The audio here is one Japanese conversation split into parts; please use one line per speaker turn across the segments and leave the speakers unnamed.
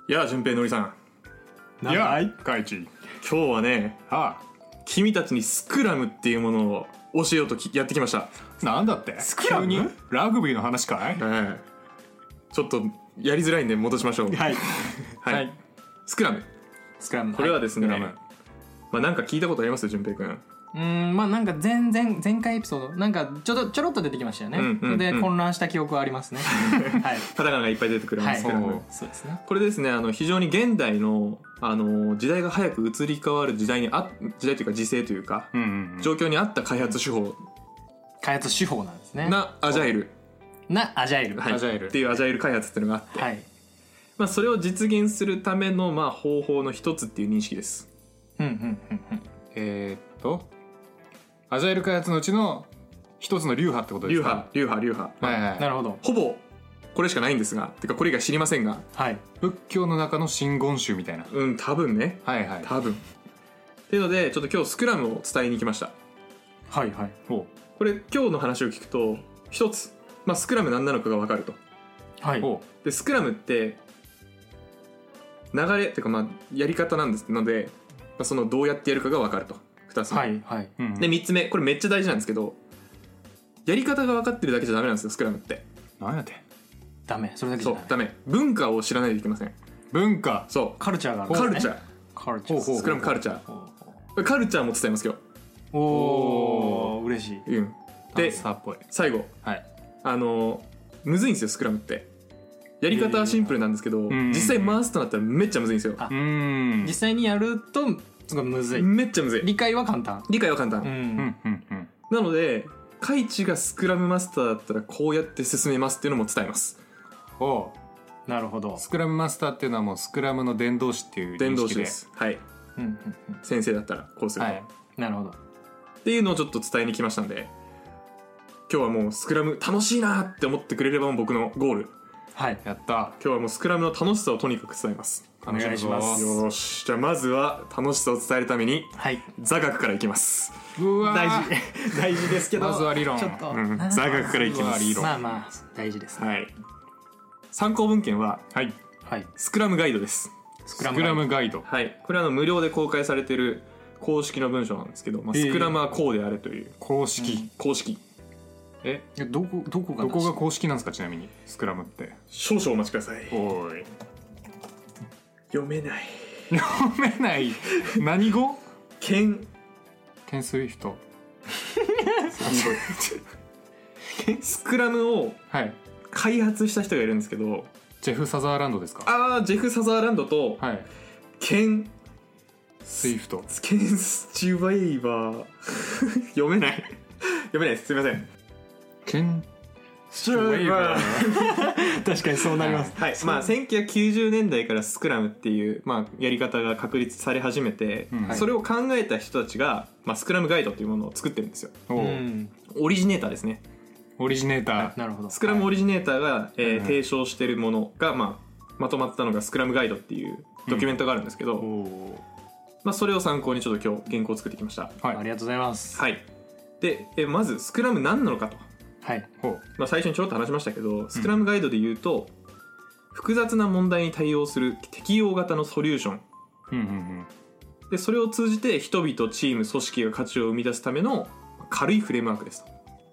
やあ順平のりさん、
いやカイチ、
今日はね、君たちにスクラムっていうものを教えようとやってきました。
なんだって？
スクラム？
急にラグビーの話かい？
ちょっとやりづらいんで戻しましょう。
はい
はい、スクラム。これはですね、まあなんか聞いたことあります順平くん？
まあなんか前回エピソードなんかちょろっと出てきましたよね、で混乱した記憶はありますねはい、
カタカナがいっぱい出てくるスクラム、
そうですね。
これですね、非常に現代の時代が早く移り変わる時代というか時勢というか、状況に合った開発手法
なんですね。
アジャイル
って
いうアジャイル開発っていうのがあって、
はい、
まあ、それを実現するためのまあ方法の一つっていう認識です。
アジャイル開発のうちの一つの流派ってことですか？
流派、
なるほど。
ほぼこれしかないんですが、てかこれ以外知りませんが、
仏教の中の真言宗みたいな。
多分ね、多分っていうので、ちょっと今日スクラムを伝えに来ました。これ今日の話を聞くと一つ、まあ、スクラム何なのかが分かると。でスクラムって流れっていうか、まあやり方なんですので、そのどうやってやるかが分かると。2つ目、で3つ目、これめっちゃ大事なんですけど、やり方が分かってるだけじゃダメなんですよ、スクラムって。
何やって
ダメ、それだけじゃダメ。
文化を知らないといけません。
文化、
そう、
カルチャーがある、
カルチャー、スクラムカルチャー、カルチャーも伝えます今日。
おー、嬉しい。
で最後、むずいんですよスクラムって。やり方はシンプルなんですけど、実際回すとなったらめっちゃむずいんですよ。
実際にやるとすごいむずい。
めっちゃむずい。理解は簡単。なのでカイチがスクラムマスターだったらこうやって進めますっていうのも伝えます。
なるほど。
スクラムマスターっていうのはもうスクラムの伝道師っていう認識で。
伝道師です。はい、先生だったらこうすると、
なるほど
っていうのをちょっと伝えに来ましたんで、今日はもうスクラム楽しいなって思ってくれれば僕のゴール。
やった。
今日はもうスクラムの楽しさをとにかく伝えます。
お願いします。
よし、じゃあまずは楽しさを伝えるために、座学からいきます。大事ですけど、
まずは理論。
ちょっと、
座学からいきます。
まあ大事ですね。
参考文献は、スクラムガイドです。
スクラムガイド。
これは無料で公開されている公式の文章なんですけど、スクラムはこうであれという
公式。
どこが
公式なんですか？ちなみにスクラムって
少々お待ちください。読めない
何語？
ケン
スイフト
スクラムを開発した人がいるんですけど、
ジェフ・サザーランドですか？
ジェフ・サザーランドと、ケン
スイフト、
ケンスチュワイバー読めないです、すいません。ケンスチュワイバー
確かにそうなります。
まあ1990年代からスクラムっていう、まあ、やり方が確立され始めて、それを考えた人たちが、まあ、スクラムガイドっていうものを作ってるんですよ。オリジネーターですね。
オリジネーター、
なるほど。
スクラムオリジネーターが、提唱してるものが、まとまったのがスクラムガイドっていうドキュメントがあるんですけど、それを参考にちょっと今日原稿を作ってきました。
ありがとうございます。
で、まずスクラム何なのかと、最初にちょろっと話しましたけど、スクラムガイドで言うと、複雑な問題に対応する適用型のソリューション、でそれを通じて人々、チーム、組織が価値を生み出すための軽いフレームワークですと。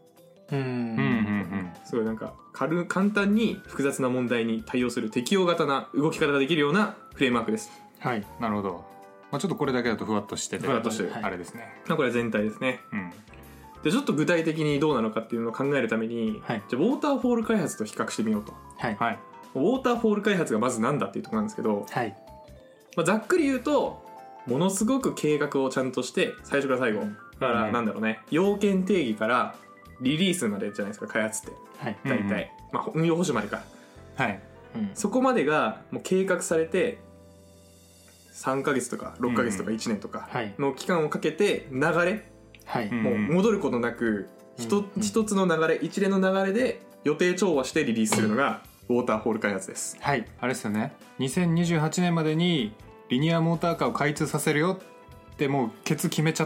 すごいなんか簡単に複雑な問題に対応する適用型な動き方ができるようなフレームワークです。
なるほど。ちょっとこれだけだとふわっとしてて、あれですね。
これは全体ですね。でちょっと具体的にどうなのかっていうのを考えるために、じゃあウォーターフォール開発と比較してみようと。ウォーターフォール開発がまず何だっていうところなんですけど、ざっくり言うと、ものすごく計画をちゃんとして最初から最後からなんだろうね、要件定義からリリースまでじゃないですか、開発って大体、運用保守までか、そこまでがもう計画されて3ヶ月とか6ヶ月とか1年とかの期間をかけて流れ、もう戻ることなく一つの流れ、一連の流れで予定調和してリリースするのがウォーターフォール開発です。
あれですよね、2028年までにリニアモーターカーを開通させるよってもうケツ決めちゃって、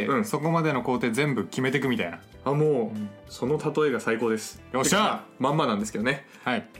そこまでの工程全部決めていくみたいな。
もう、その例えが最高です。
よっしゃ、
まんまなんですけどね。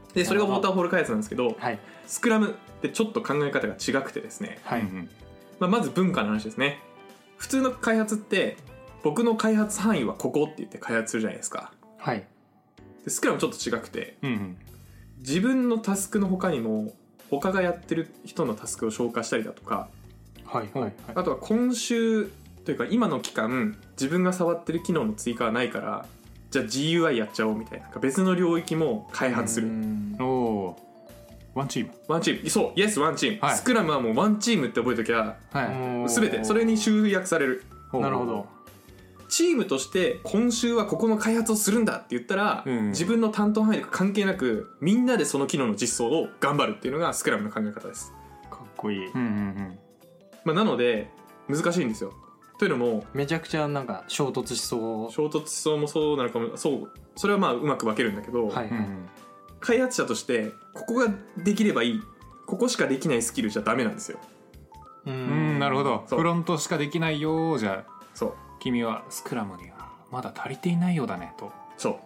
でそれがウォーターフォール開発なんですけど、はい、スクラムってちょっと考え方が違くてですね、はい、まず文化の話ですね。普通の開発って僕の開発範囲はここって言って開発するじゃないですか、はい、でスクラムちょっと違くて、自分のタスクの他にも他がやってる人のタスクを消化したりだとか、はいはいはい、あとは今週というか今の期間自分が触ってる機能の追加はないからじゃあ GUI やっちゃおうみたいな別の領域も開発する。
おワンチ
ームそう Yes ワンチーム、はい、スクラムはもうワンチームって覚えときゃ、はい、全てそれに集約される。
なるほど。
チームとして今週はここの開発をするんだって言ったら、自分の担当範囲とか関係なくみんなでその機能の実装を頑張るっていうのがスクラムの考え方です。
かっこいい、
まあ、なので難しいんですよ。というのも
めちゃくちゃなんか衝突し
そうもそうなのかも。そうそれはまあうまく分けるんだけど、はいはい、開発者としてここができればいい、ここしかできないスキルじゃダメなんですよ。
なるほど。フロントしかできないよじゃそう君はスクラムにはまだ足りていないようだねと。
そう、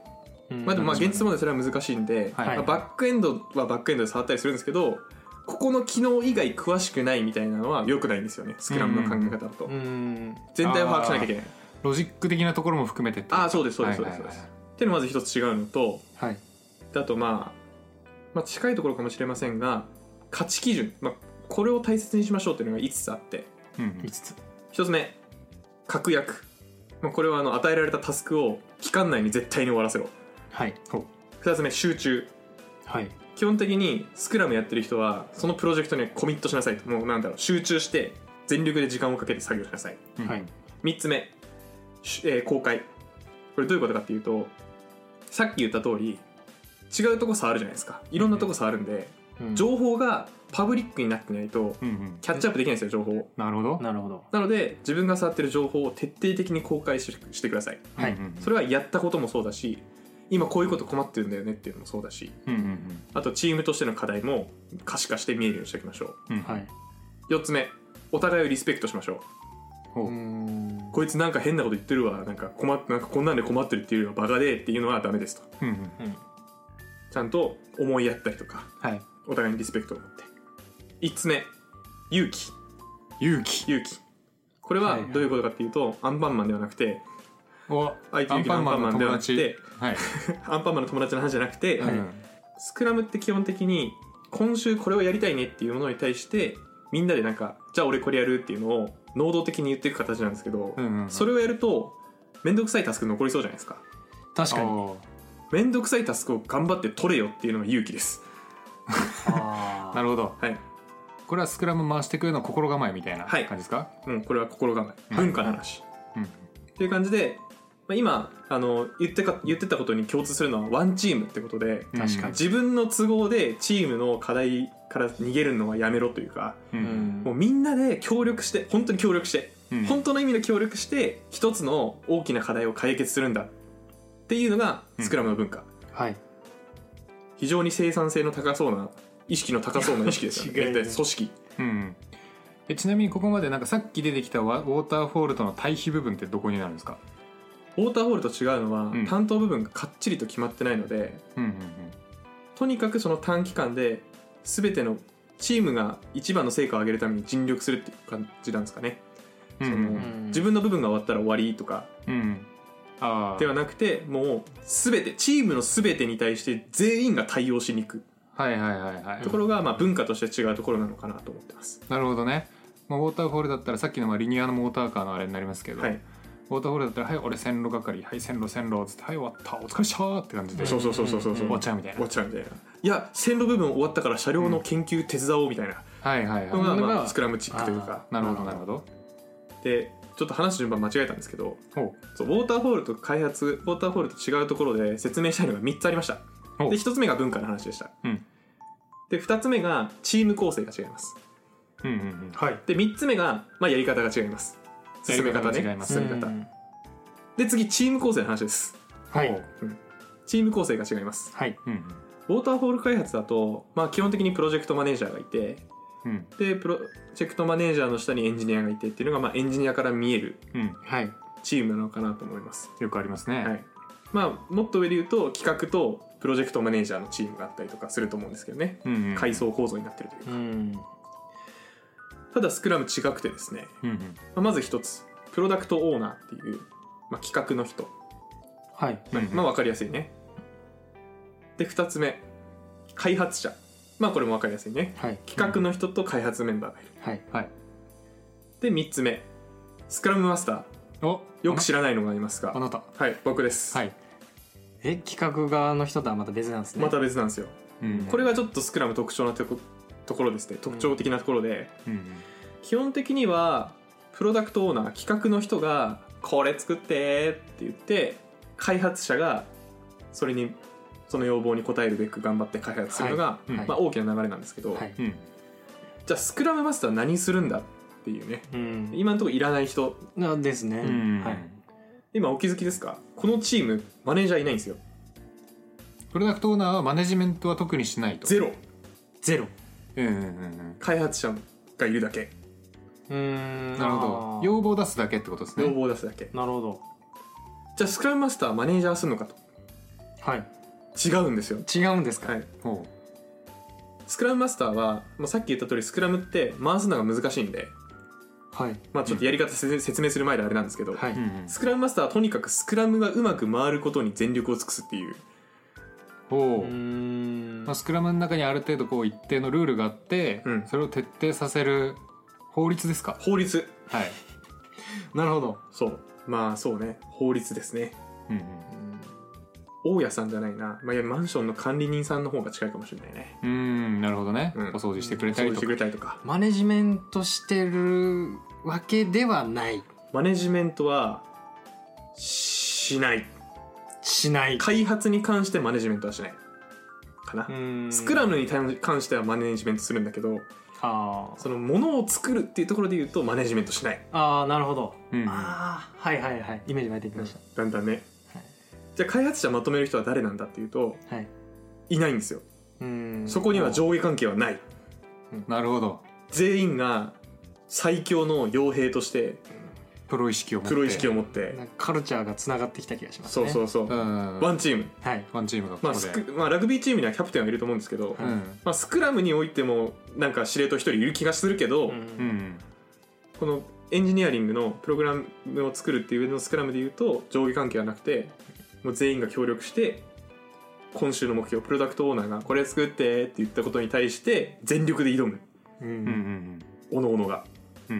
まあ、でもまあ現実問題それは難しいんで、はい、まあ、バックエンドはバックエンドで触ったりするんですけど、ここの機能以外詳しくないみたいなのは良くないんですよね、スクラムの考え方だと。全体を把握しなきゃいけない。
ロジック的なところも含めてって。
そうですそうですそうです、っていうのがまず一つ違うのと、はい、あとまあ近いところかもしれませんが価値基準、これを大切にしましょうっていうのが5つあって、5つ。1つ目確約、これは与えられたタスクを期間内に絶対に終わらせろ。はい。2つ目集中、はい、基本的にスクラムやってる人はそのプロジェクトにコミットしなさいと。もう集中して全力で時間をかけて作業しなさい、はい、3つ目、公開。これどういうことかっていうと、さっき言った通り違うとこ触るじゃないですか。いろんなとこ触るんで、情報がパブリックになってないとキャッチアップできないんですよ、情報を。
なるほど。
なるほど。
なので自分が触ってる情報を徹底的に公開してください、はい、それはやったこともそうだし、今こういうこと困ってるんだよねっていうのもそうだし、あとチームとしての課題も可視化して見えるようにしておきましょう、はい、4つ目、お互いをリスペクトしましょう。こいつなんか変なこと言ってるわ、なんかこんなんで困ってるっていうのはバカでっていうのはダメですと、ちゃんと思いやったりとか、はい、お互いにリスペクトを持って。5つ目、勇気。これはどういうことかっていうと、アンパンマンではなくて、IT のアンパンマンではなくて、はい、アンパンマンの友達の話じゃなくて、はい、スクラムって基本的に今週これをやりたいねっていうものに対してみんなでなんかじゃあ俺これやるっていうのを能動的に言っていく形なんですけど、それをやるとめんどくさいタスク残りそうじゃないですか。
確かに
めんどくさいタスクを頑張って取れよっていうのが勇気です。
なるほど、はい、これはスクラム回していくような心構えみたいな感じですか。
はい、これは心構え、文化の話、っていう感じで、今言ってたことに共通するのはワンチームってことで、確かに自分の都合でチームの課題から逃げるのはやめろというか、もうみんなで協力して、本当に協力して、本当の意味で協力して一つの大きな課題を解決するんだっていうのがスクラムの文化、はい、非常に生産性の高そうな意識の高そうな意識ですよね組織、
ちなみにここまでなんかさっき出てきたウォーターフォールとの対比部分ってどこになるんですか。
ウォーターフォールと違うのは、担当部分がかっちりと決まってないので、とにかくその短期間で全てのチームが一番の成果を上げるために尽力するっていう感じなんですかね、自分の部分が終わったら終わりとか、ではなくて、もう全てチームの全てに対して全員が対応しに行くところが、文化として違うところなのかなと思ってます。
なるほどね。ウォーターフォールだったらさっきのリニアのモーターカーのあれになりますけど、はい、ウォーターフォールだったらはい俺線路係、はい線路つってはい終わったお疲れしたって感じで、そう終わっちゃうみたいな。
いや線路部分終わったから車両の研究手伝おうみたいなのがスクラムチックというか。
なるほど。
でちょっと話す順番間違えたんですけど、ウォーターフォールとウォーターフォールと違うところで説明したいのが3つありました。で1つ目が文化の話でした、で2つ目がチーム構成が違います、で3つ目が、やり方が違います。進め方ね、進め方で次チーム構成の話です。はい、チーム構成が違います。はい、ウォーターフォール開発だと、基本的にプロジェクトマネージャーがいて、でプロジェクトマネージャーの下にエンジニアがいてっていうのが、エンジニアから見える、チームなのかなと思います。
よくありますね。
はい、もっと上で言うと企画とプロジェクトマネージャーのチームがあったりとかすると思うんですけどね、うんうん、階層構造になってるというか、うん、ただスクラム違くてですね、うんうん、まず一つプロダクトオーナーっていう、企画の人、はい、分かりやすいね。で2つ目開発者、これも分かりやすいね、はい、企画の人と開発メンバーがいる、はいはい、で3つ目スクラムマスター、よく知らないのがありますが、
あなた、
はい、僕です、はい、
企画側の人とはまた別なんですね。
また別なんですよ、うん、これがちょっとスクラム特徴的なところで、うん、基本的にはプロダクトオーナー企画の人がこれ作ってって言って開発者がその要望に応えるべく頑張って開発するのが、はい大きな流れなんですけど、はいうん、じゃあスクラムマスター何するんだっていうね、うん、今のところいらない人
ですね、
うんはい、今お気づきですか？このチームマネージャーいないんですよ。
プロダクトオーナーはマネジメントは特にしないと。
ゼロ、開発者がいるだけ。
なるほど。要望を出すだけってことですね。
要望を出すだけ。
なるほど。
じゃあスクラムマスターマネージャーするのかと。はい。違うんですよ。
違うんですか。はい。
スクラムマスターは、さっき言った通りスクラムって回すのが難しいんで、はい。ちょっとやり方説明する前であれなんですけど、はい。スクラムマスターはとにかくスクラムがうまく回ることに全力を尽くすっていう。
スクラムの中にある程度一定のルールがあって、それを徹底させる法律ですか？
法律。はい。
なるほど。
そう。そうね。法律ですね。大家さんじゃないな。いやマンションの管理人さんの方が近いかもしれないね。
なるほどね。お掃除してくれたりとか。
マネジメントしてるわけではない。
マネジメントはしない。開発に関してマネジメントはしないかな。スクラムに関してはマネジメントするんだけど、そのものを作るっていうところで言うとマネジメントしない。
ああ、なるほど、はいはいはい、イメージ湧いてきました、
だんだんね、はい、じゃあ開発者まとめる人は誰なんだっていうと、いないんですよ。そこには上下関係はない。
なるほど。
全員が最強の傭兵として
プロ意識を
持って
カルチャーがつながってきた気がしますね。
そう、ワンチーム、
ワンチーム
がラグビーチームにはキャプテンはいると思うんですけど、スクラムにおいてもなんか司令塔一人いる気がするけど、このエンジニアリングのプログラムを作るっていう上でのスクラムでいうと上下関係はなくて、もう全員が協力して今週の目標、プロダクトオーナーがこれ作ってって言ったことに対して全力で挑む、おのおのが、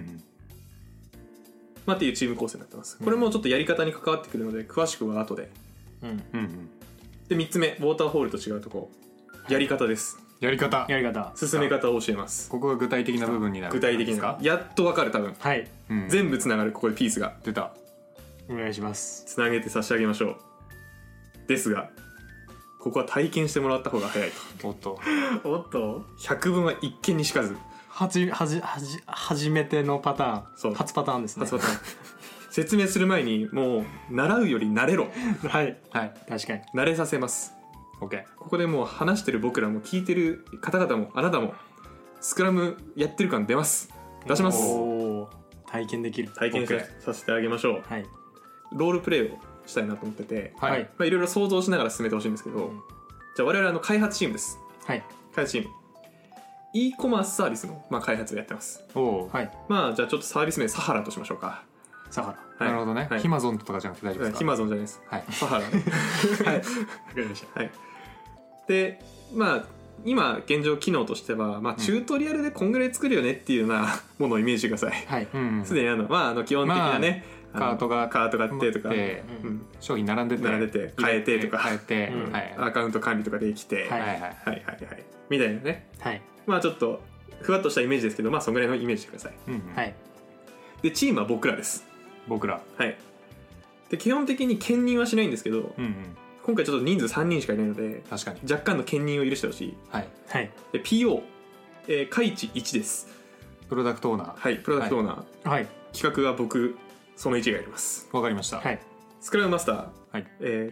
っていうチーム構成になってます。これもちょっとやり方に関わってくるので詳しくは後で。で3つ目、ウォーターフォールと違うところ、やり方です。
やり方
進め方を教えます。
ここが具体的な部分になる。
具体的な、やっと分かる。多分、はい、全部つながる。ここでピースが
出た。
お願いします。
つなげて差し上げましょう。ですがここは体験してもらった方が早いと。おっと百聞は一見にしかず。
初めてのパターン。そう、初パターンですね。初パターン
説明する前にもう習うより慣れろ。
はいはい、確かに
慣れさせます。 OK。 ここでもう話してる僕らも聞いてる方々もあなたもスクラムやってる感出ます。出します。
体験できる。
体験させてあげましょう、はい、ロールプレイをしたいなと思ってて、はい、いろいろ想像しながら進めてほしいんですけど、じゃあ我々開発チームです。はい、開発チームe コマースサービスの、開発をやってます。はい、じゃあちょっとサービス名サハラとしましょうか。
サハ
ラ、なるほどね、ヒマゾンとかじゃなくて大丈夫ですか？
ヒマゾンじゃないです、サハラはい、分かりました。はい、で今現状機能としては、チュートリアルでこんぐらい作るよねっていうようなものをイメージしてください。はい、すでに基本的なね、
カートが
あってとか、
商品並んでて
変えてとか、アカウント管理とかできて、みたいなね。ちょっとふわっとしたイメージですけど、そんぐらいのイメージしてください。でチームは僕らです。
僕ら。
はい。で基本的に兼任はしないんですけど、今回ちょっと人数3人しかいないので、
確かに
若干の兼任を許してほしい。はい。で PO、開地1です。
プロダクトオーナー。
はい、プロダクトオーナー。はい。企画は僕その1がやります。
わかりました。
はい。スクラムマスター、はい、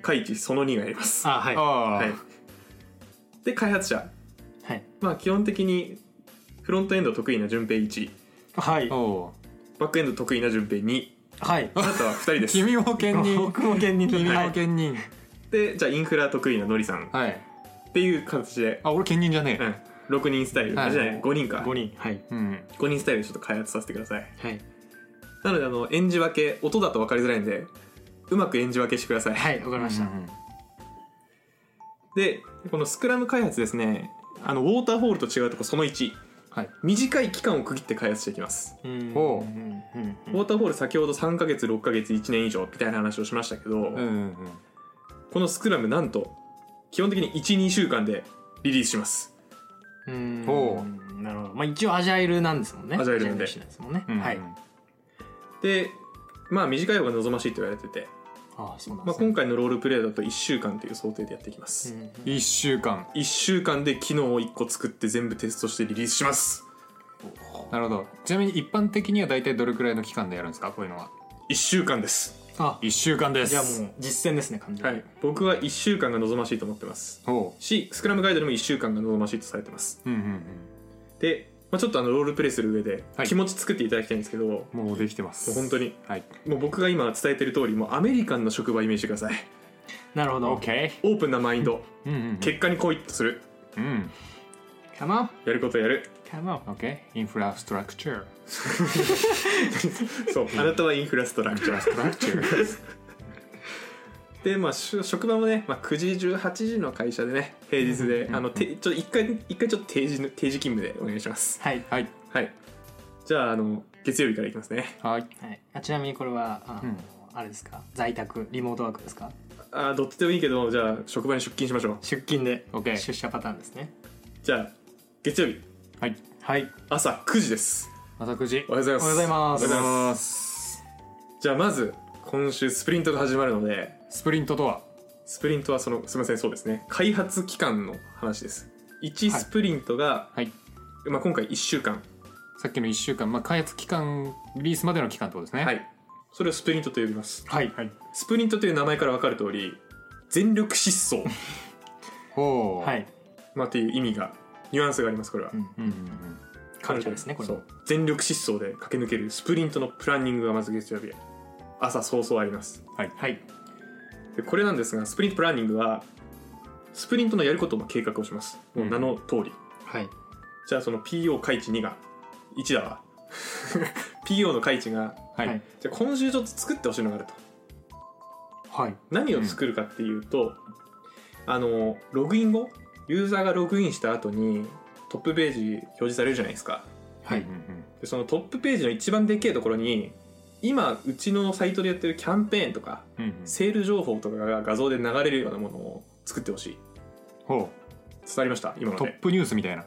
開地その2がやります。はい。で開発者、はい。基本的にフロントエンド得意な順平1、はい。バックエンド得意な順平2、はい。あなたは2人です。
君も兼任。
僕も兼任。
君も兼任。
でじゃあインフラ得意なのりさんっていう形で、
俺兼任じゃねえ、
6人スタイル、じゃない5人か
5人、はい、
5人スタイルでちょっと開発させてください。
はい、
なので演じ分け、音だと分かりづらいんでうまく演じ分けしてください。
はい、わかりました。
でこのスクラム開発ですね、ウォーターフォールと違うとこその1、はい、短い期間を区切って開発していきます。ウォーターフォール先ほど3ヶ月6ヶ月1年以上みたいな話をしましたけど、このスクラムなんと基本的に 1,2 週間でリリースします。
なるほど。まあ一応アジャイルなんですもんね。
アジャイルなんで。
はい。
でまあ短い方が望ましいと言われてて、今回のロールプレイだと1週間という想定でやっていきます。
1週
間で機能を1個作って全部テストしてリリースします。
なるほど。ちなみに一般的には大体どれくらいの期間でやるんですか、こういうのは。
1週間です。
1週間です。
じゃあもう実践ですね、完全に。
はい、僕は1週間が望ましいと思ってますし、スクラムガイドでも1週間が望ましいとされてます。で、ちょっとロールプレイする上で気持ち作っていただきたいんですけど、
もうできてます。
本当に、もう僕が今伝えてる通り、もうアメリカンの職場イメージしてください。
なるほど。
オープンなマインド、結果にコミットする。
Come on。
やることやる。
Come on。インフラストラクチャー。
そう、あなたはインフラストラクチャー。で職場もね、9時18時の会社でね、平日でちょっと一回ちょっと定時勤務でお願いします。
はい
はいはい。じゃあ月曜日からいきますね。
はい。ちなみにこれはあれですか、在宅リモートワークですか？
どっちでもいいけど、じゃあ職場に出勤しましょう。
出勤で出社パターンですね。
じゃあ月曜日、
はい
朝9時です。
朝9時。
おはようございます。
おはようございます。
じゃあまず今週スプリントが始まるので、
スプリントとは
すみません、そうですね、開発期間の話です。1スプリントが、今回1週間、
さっきの1週間、開発期間、リリースまでの期間ってことですね。
はい、それをスプリントと呼びます。
ス
プリントという名前から分かる通り、全力疾走っていう意味が、ニュアンスがあります。これは
感謝ですね。これ
全力疾走で駆け抜けるスプリントのプランニングがまず月曜日朝早々あります。でこれなんですが、スプリントプランニングはスプリントのやることの計画をします。もう名の通り。じゃあその PO 開値2が1だわ。PO の開値が、じゃあ今週ちょっと作ってほしいのがあると。何を作るかっていうと、ログイン後、ユーザーがログインした後にトップページ表示されるじゃないですか。でそのトップページの一番でっけえところに、今うちのサイトでやってるキャンペーンとか、セール情報とかが画像で流れるようなものを作ってほしい。伝わりました？今ので
トップニュースみたいな。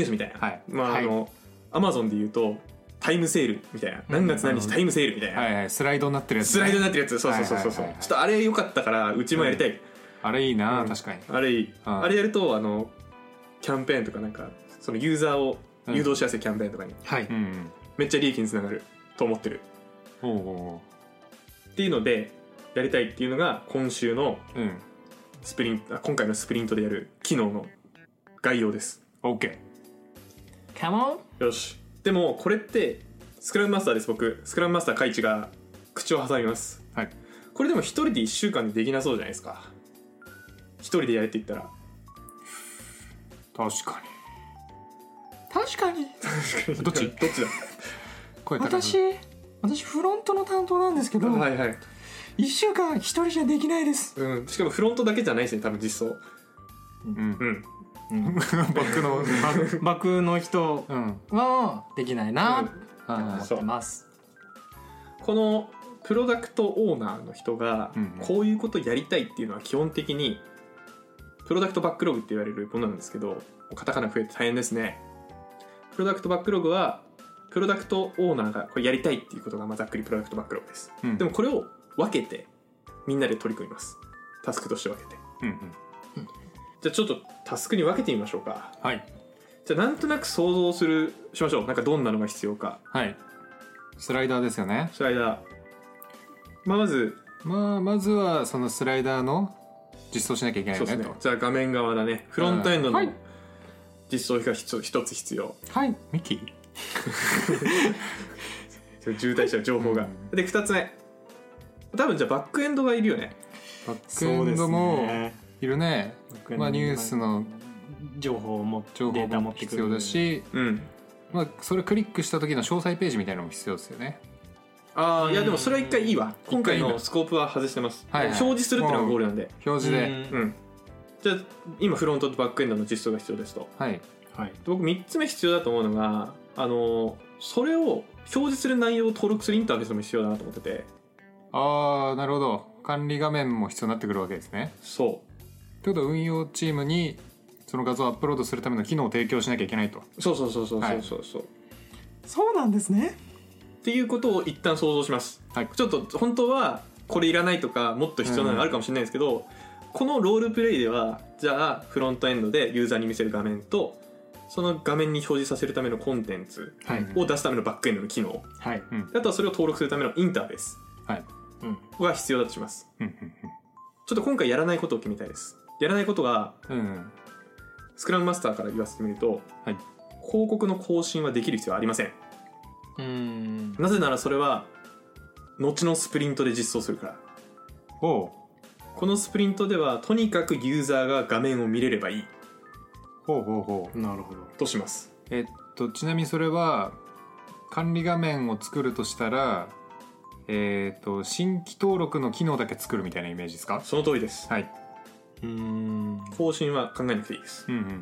Amazon で言うとタイムセールみたいな、何月何日タイムセールみたいな、
スライドになってるやつ、
そうちょっとあれ良かったからうちもやりたい。
あれいいな、確かに
あれいい。あれやるとキャンペーンとかそのユーザーを誘導しやすいキャンペーンとかにめっちゃ利益につながると思ってるっていうのでやりたいっていうのが今週の今回のスプリントでやる機能の概要です。
OK。
Come on。
よし。でもこれってスクラムマスターです。僕スクラムマスターカイチが口を挟みます。これでも一人で1週間でできなそうじゃないですか。一人でやれって言ったら。
確かに
どっちだ
私フロントの担当なんですけど、1週間一人じゃできないです。
しかもフロントだけじゃないですね、多分実装。
バックの人はできないなって思ってます。
このプロダクトオーナーの人がこういうことやりたいっていうのは基本的にプロダクトバックログって言われるものなんですけど、カタカナ増えて大変ですね。プロダクトバックログはプロダクトオーナーがこれやりたいっていうことがざっくりプロダクトバックログです。でもこれを分けてみんなで取り組みます。タスクとして分けて。じゃあちょっとタスクに分けてみましょうか。じゃあなんとなく想像しましょう。どんなのが必要か。
スライダーですよね。
スライダー。まず
はそのスライダーの実装しなきゃいけないよねと。
じゃあ画面側だね。フロントエンドの実装が一つ必要。
ミキ
渋滞した情報が。で2つ目、多分じゃあバックエンドがいるよね。
バックエンドもいるね。まあニュースの
情報もデータ持ってくる
必要だし、まあそれクリックした時の詳細ページみたいなのも必要ですよね。
いやでもそれは一回いいわ。今回のスコープは外してます。表示するっていうのがゴールなんで。
表示で。
じゃあ今フロントとバックエンドの実装が必要ですと。僕3つ目必要だと思うのがそれを表示する内容を登録するインターフェースも必要だなと思ってて。
なるほど。管理画面も必要になってくるわけですね。
そう。
ということは運用チームにその画像をアップロードするための機能を提供しなきゃいけないと。
そう
そうなんですね。
っていうことを一旦想像します、ちょっと本当はこれいらないとかもっと必要なのがあるかもしれないですけど、このロールプレイではじゃあフロントエンドでユーザーに見せる画面とその画面に表示させるためのコンテンツを出すためのバックエンドの機能、あとはそれを登録するためのインターフェースが必要だとします、ちょっと今回やらないことを決めたいです。やらないことが、スクラムマスターから言わせてみると、広告の更新はできる必要はありません。なぜならそれは後のスプリントで実装するから。このスプリントではとにかくユーザーが画面を見れればいい。
なるほど
とします。
ちなみにそれは管理画面を作るとしたら新規登録の機能だけ作るみたいなイメージですか？
その通りです。更新は考えなくていいです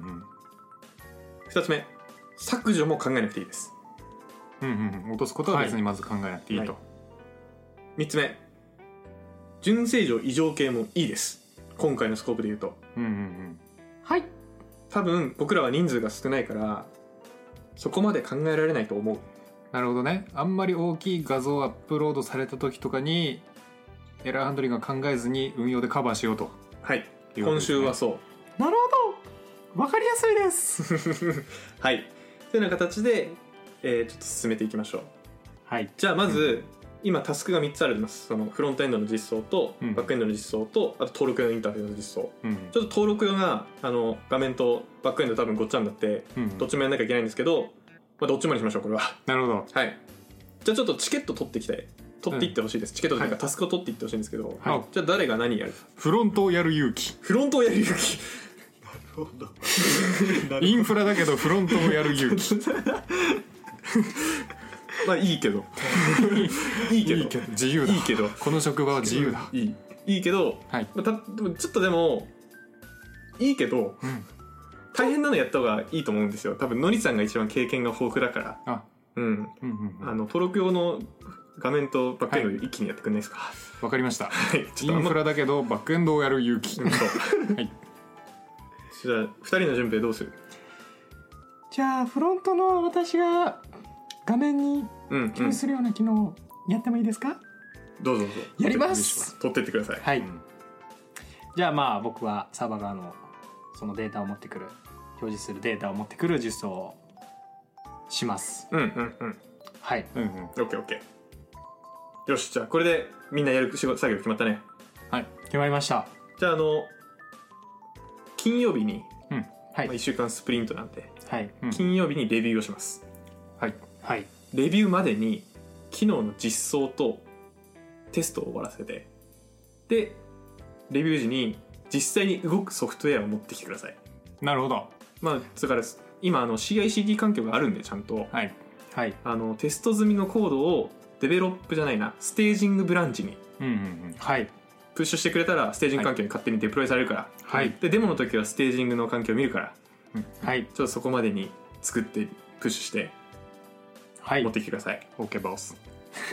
。2つ目、削除も考えなくていいです。
落とすことは別にまず考えなくていいと。
3つ目、純正常異常系もいいです。今回のスコープで言うと。多分僕らは人数が少ないからそこまで考えられないと思う。
なるほどね。あんまり大きい画像アップロードされた時とかにエラーハンドリングが考えずに運用でカバーしようと。
今週はそう。
なるほど、わかりやすいです
というような形で、ちょっと進めていきましょう。じゃあまず、今タスクが3つあります。そのフロントエンドの実装とバックエンドの実装と、あと登録用のインターフェースの実装、ちょっと登録用が画面とバックエンド多分ごっちゃになって、どっちもやんなきゃいけないんですけど、どっちもにしましょうこれは。
なるほど。
じゃあちょっとチケット取っていってほしいです。チケットというかタスクを取っていってほしいんですけど、じゃあ誰が何やる？
フロントをやる勇気。
フロントをやる勇気
なるほど
インフラだけどフロントをやる勇気
まあいいけど
自由だ。
いいけど
この職場は自由だ。
いいけど、でもちょっとでもいいけど、大変なのやった方がいいと思うんですよ。多分のりさんが一番経験が豊富だから。登録用の画面とバックエンド一気にやってくんないですか？
わかりました。インフラだけどバックエンドをやる勇気。じゃあ
2人の準備どうする？
じゃあフロントの私が画面に表示するような機能やってもいいですか？
どうぞ
やります。
取ってってください。
じゃあまあ僕はサーバー側のそのデータを持ってくる、表示するデータを持ってくる実装をします。オッ
ケー。よし、じゃあこれでみんなやる作業決まったね。
決まりました。
じゃあ金曜日に、1週間スプリントなんで、金曜日にレビューをします。レビューまでに機能の実装とテストを終わらせて、でレビュー時に実際に動くソフトウェアを持ってきてください。
なるほど。
だから今CI/CD 環境があるんでちゃんと、テスト済みのコードをデベロップじゃないな、ステージングブランチにプッシュしてくれたらステージング環境に勝手にデプロイされるから、でデモの時はステージングの環境を見るから、ちょっとそこまでに作ってプッシュして持ってきてください。
OK ボス。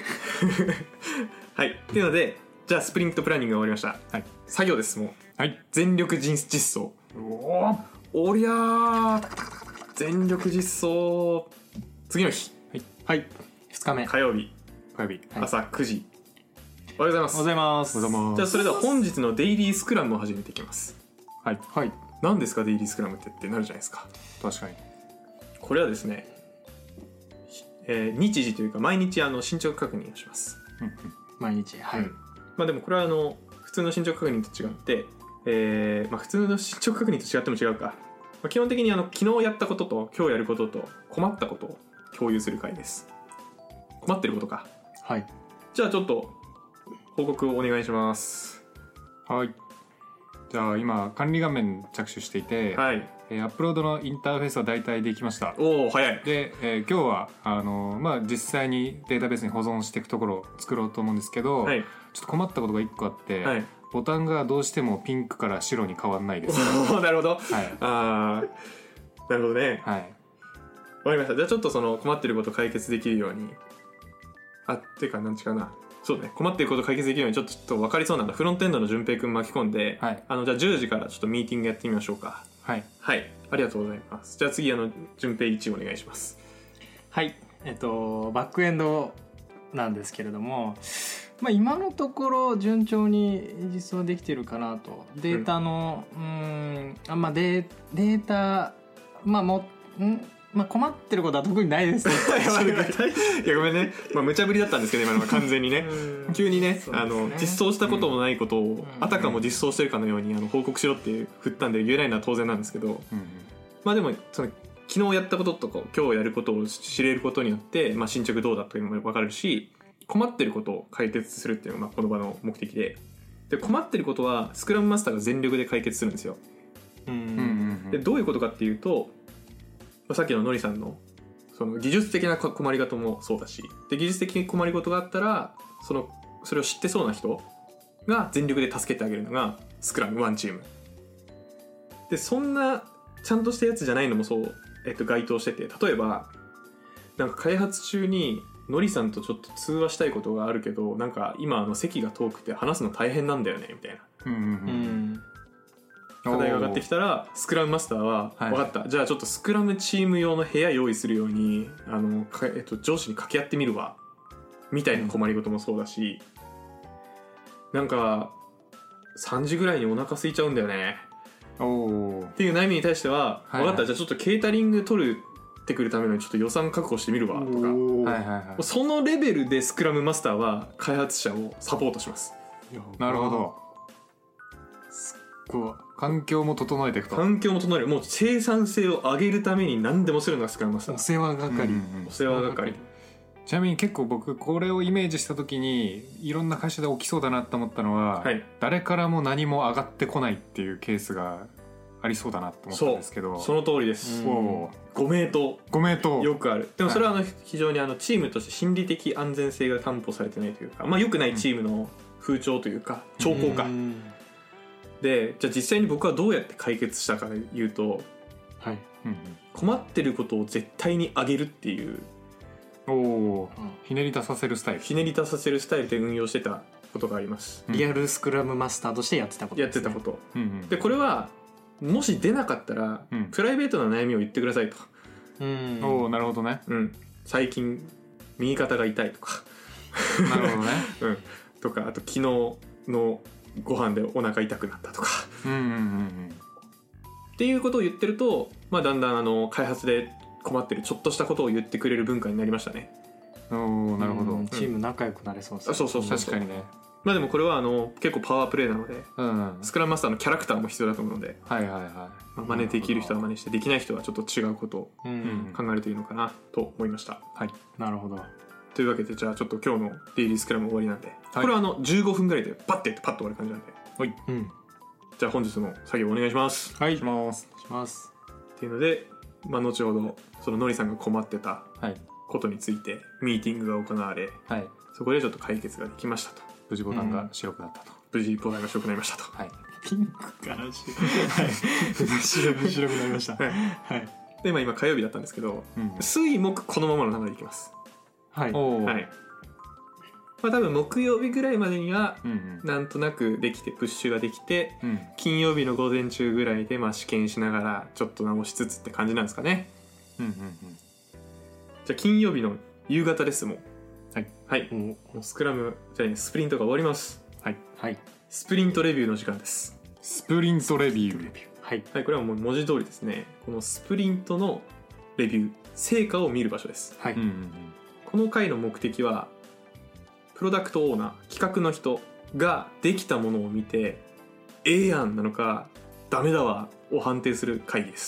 っていうので、じゃあスプリントプランニングが終わりました。作業です。もう全力実装。おりゃー全力実装。次の日、
2日目
火曜日、朝9時。おはようございます。じゃあそれでは本日のデイリースクラムを始めていきます。何ですかデイリースクラムってなるじゃないですか。
確かに。
これはですね、日時というか毎日進捗確認をします。
毎日。
でもこれは普通の進捗確認と違って、普通の進捗確認と違っても違うか。基本的に昨日やったことと今日やることと困ったことを共有する回です。困ってることか。じゃあちょっと報告をお願いします。
はい。じゃあ今管理画面着手していて、はい、アップロードのインターフェースは大体できました。
おお早い。
で、今日は実際にデータベースに保存していくところを作ろうと思うんですけど、はい、ちょっと困ったことが1個あって、はい、ボタンがどうしてもピンクから白に変わんないです。
なるほど、はい、あなるほどね。はい、わかりました。じゃあちょっとその困ってることを解決できるようにっていうか何ちかな、そうね、困っていることを解決できるようにちょっと分かりそうなのフロントエンドの順平くん巻き込んで、はい、じゃあ10時からちょっとミーティングやってみましょうか。はい、はい、ありがとうございます。じゃあ次順平1お願いします。
はい、バックエンドなんですけれども、今のところ順調に実装できてるかなと。データのデータ困ってることは特にないですね。
いやごめんね、無茶ぶりだったんですけど今のは完全にね急に ね実装したこともないことを、あたかも実装してるかのように報告しろって振ったんで言えないのは当然なんですけど、でもその昨日やったこととか今日やることを知れることによって、進捗どうだというのも分かるし、困ってることを解決するっていうのがこの場の目的で、困ってることはスクラムマスターが全力で解決するんですよ。でどういうことかっていうと、さっきののりさんのその技術的な困りごともそうだし、で技術的に困りごとがあったらそれを知ってそうな人が全力で助けてあげるのがスクラムワンチームで、そんなちゃんとしたやつじゃないのもそう、該当してて、例えばなんか開発中にのりさんとちょっと通話したいことがあるけど、なんか今席が遠くて話すの大変なんだよねみたいな、課題が上がってきたらスクラムマスターは分かった、じゃあちょっとスクラムチーム用の部屋用意するように上司に掛け合ってみるわみたいな困りごともそうだし、なんか3時ぐらいにお腹空いちゃうんだよねっていう悩みに対しては、分かった、じゃあちょっとケータリング取ってくるためのちょっと予算確保してみるわとか、そのレベルでスクラムマスターは開発者をサポートします。
なるほど。環境も整えていくと。
環境も整える、もう生産性を上げるために何でもするのがスクラムマスター。
お世話係、
お世話係。
ちなみに結構僕これをイメージした時にいろんな会社で起きそうだなと思ったのは、誰からも何も上がってこないっていうケースがありそうだなと思ったんですけど、
その通りです。ご名答よくある。でもそれは非常にチームとして心理的安全性が担保されてないというか、良くないチームの風潮というか兆候かで、じゃあ実際に僕はどうやって解決したかというと、困ってることを絶対に上げるっていう
ひねり出させるスタイ
ルで運用してたことがあります。
リアルスクラムマスターとしてやってたことですね。
でこれはもし出なかったら、プライベートな悩みを言ってくださいと。
なるほどね。
最近右肩が痛いとか
なるほどね、
とか、あと昨日のご飯でお腹痛くなったとかっていうことを言ってると、だんだん開発で困ってるちょっとしたことを言ってくれる文化になりましたね。
なるほど。
チーム仲良くなれそうですね。
そう
確かにね。
でもこれは結構パワープレイなので、スクラムマスターのキャラクターも必要だと思うので、真似できる人は真似して、できない人はちょっと違うことを考えるといいのかなと思いました。
なるほど。
というわけで、じゃあちょっと今日のデイリースクラム終わりなんで、これは15分ぐらいでパッてやってパッと終わる感じなんで、じゃあ本日の作業お願いします。
します
っていうので、後ほどそののりさんが困ってたことについてミーティングが行われ、そこでちょっと解決ができましたと。
無事ボタンが白くなったと。
無事ボタンが白くなりましたと。
ピンクから白くなりました。
で今火曜日だったんですけど、水木このままの流れでいきます。多分木曜日ぐらいまでにはなんとなくできて、プッシュができて、金曜日の午前中ぐらいで試験しながらちょっと直しつつって感じなんですかね。じゃあ金曜日の夕方です。もうスクラムじゃあスプリントが終わります。スプリントレビューの時間です。
スプリントレビュー。
これはもう文字通りですね。このスプリントのレビュー、成果を見る場所です。この回の目的はプロダクトオーナー、企画の人ができたものを見てやんなのかダメだわを判定する会議です。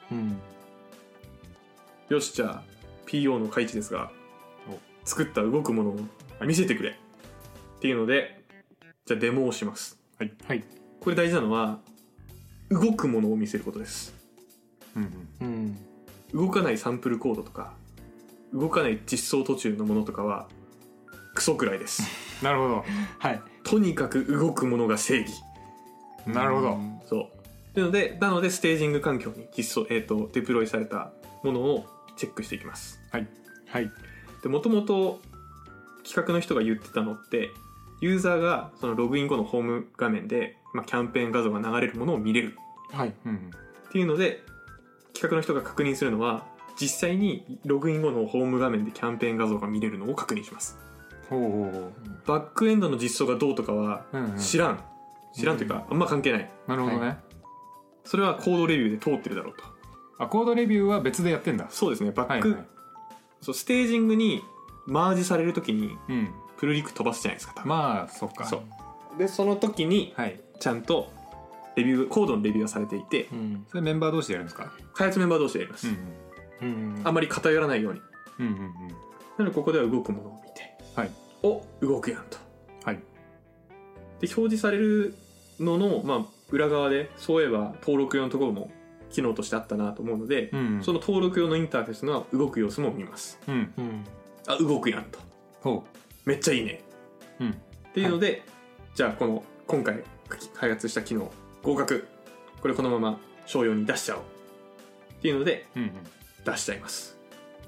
よし、じゃあ PO の海地ですが、作った動くものを見せてくれっていうので、じゃあデモをします。 はい、はい、これ大事なのは動くものを見せることです、うんうん、動かないサンプルコードとか動かない実装途中のものとかはクソくらいです
なるほど、
はい、とにかく動くものが正義。
なるほど。
そうなのでステージング環境にデプロイされたものをチェックしていきます。はい、はい、でもともと企画の人が言ってたのってユーザーがそのログイン後のホーム画面で、キャンペーン画像が流れるものを見れる、はい、っていうので企画の人が確認するのは実際にログイン後のホーム画面でキャンペーン画像が見れるのを確認します。バックエンドの実装がどうとかは知らんというか、あんま関係ない。
なるほどね、はい、
それはコードレビューで通ってるだろうと。
あ、コードレビューは別でやってんだ。
そうですね。バック、はいはい、そうステージングにマージされるときに、プルリク飛ばすじゃないですか。
まあそっか。
そうでその時に、ちゃんとコードのレビューがされていて、
それメンバー同士でやるんですか。
開発メンバー同士でやります、あんまり偏らないように、なのでここでは動くものを見て、お動くやんと、で表示されるのの、裏側でそういえば登録用のところも機能としてあったなと思うので、その登録用のインターフェースの動く様子も見ます、あ動くやんと、めっちゃいいね、っていうので、じゃあ今回開発した機能合格、これこのまま商用に出しちゃおうっていうので、出しちゃいます。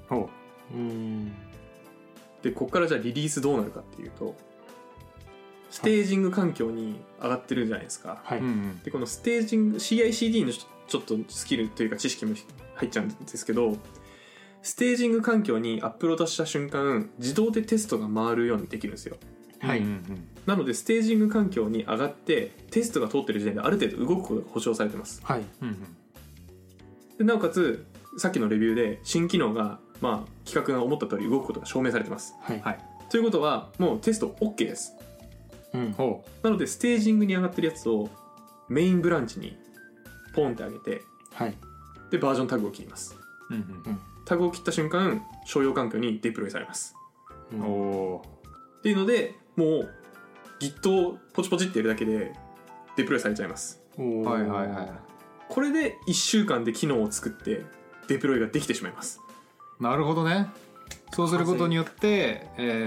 でここからじゃあリリースどうなるかっていうと、ステージング環境に上がってるじゃないですか、でこのステージング CI/CD のちょっとスキルというか知識も入っちゃうんですけど、ステージング環境にアップロードした瞬間自動でテストが回るようにできるんですよ。なのでステージング環境に上がってテストが通ってる時点である程度動くことが保証されてます、でなおかつさっきのレビューで新機能が、企画が思った通り動くことが証明されてます、ということはもうテスト OK です、なのでステージングに上がってるやつをメインブランチにポンって上げて、でバージョンタグを切ります、タグを切った瞬間商用環境にデプロイされます、っていうのでもう Git をポチポチってやるだけでデプロイされちゃいます。これで1週間で機能を作ってデプロイができてしまいます。
なるほどね。そうすることによって、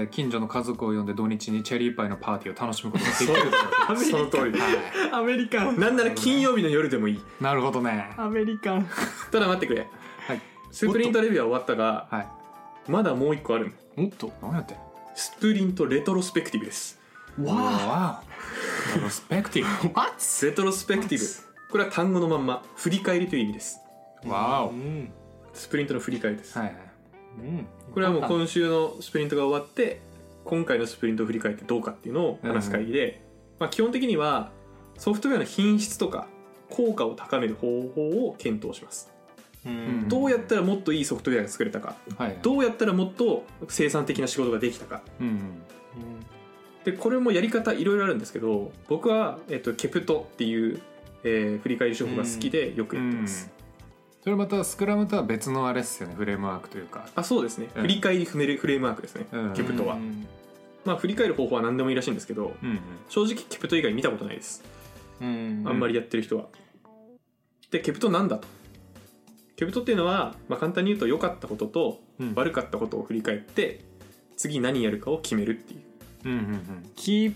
近所の家族を呼んで土日にチェリーパイのパーティーを楽しむことができる
その通り、アメリカン。なんなら金曜日の夜でもいい。
なるほどね。
アメリカン。
ただ待ってくれ、スプリントレビューは終わったが、まだもう一個ある。
おっと、何やって。
スプリントレトロスペクティブです。
わー、レトロスペクティブ
レトロスペクティブ、これは単語のまんま振り返りという意味です。
わー、
スプリントの振り返りです、これはもう今週のスプリントが終わって今回のスプリントを振り返ってどうかっていうのを話す会議で、基本的にはソフトウェアの品質とか効果を高める方法を検討します。どうやったらもっといいソフトウェアが作れたか、どうやったらもっと生産的な仕事ができたか、でこれもやり方いろいろあるんですけど、僕は、ケプトっていう、振り返り手法が好きでよくやってます。
それまたスクラムとは別のあれですよね、フレームワークというか。
そうですね、振り返りフレームワークですね、ケプトは。振り返る方法は何でもいいらしいんですけど、正直ケプト以外見たことないです、あんまりやってる人は。でケプトなんだと。ケプトっていうのは、簡単に言うと良かったことと悪かったことを振り返って次何やるかを決めるっていう。
Keep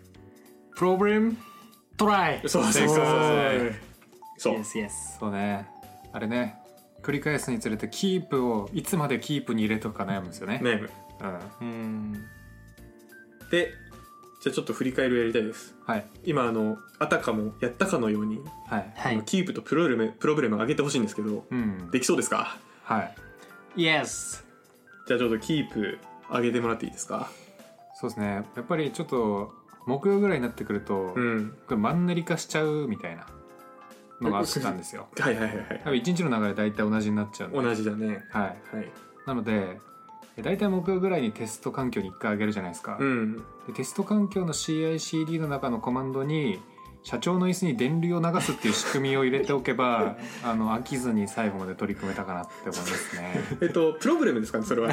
Problem Try。
そう
そうね。あれね、繰り返すにつれてキープをいつまでキープに入れとか悩むんですよね。
悩む。でじゃあちょっと振り返りをやりたいです。今あたかもやったかのように、キープとプログラムを上げてほしいんですけど、できそうですか。
Yes。
じゃあちょっとキープ上げてもらっていいですか。
そうですね、やっぱりちょっと木曜ぐらいになってくると、これマンネリ化しちゃうみたいなのがあったんですよ。多分一日の流れ大体同じになっちゃうんで。
同じだね。
なので大体木曜ぐらいにテスト環境に1回上げるじゃないですか、でテスト環境の CI/CD の中のコマンドに社長の椅子に電流を流すっていう仕組みを入れておけば飽きずに最後まで取り組めたかなって思いますね。
プログラムですかね、それは。はい、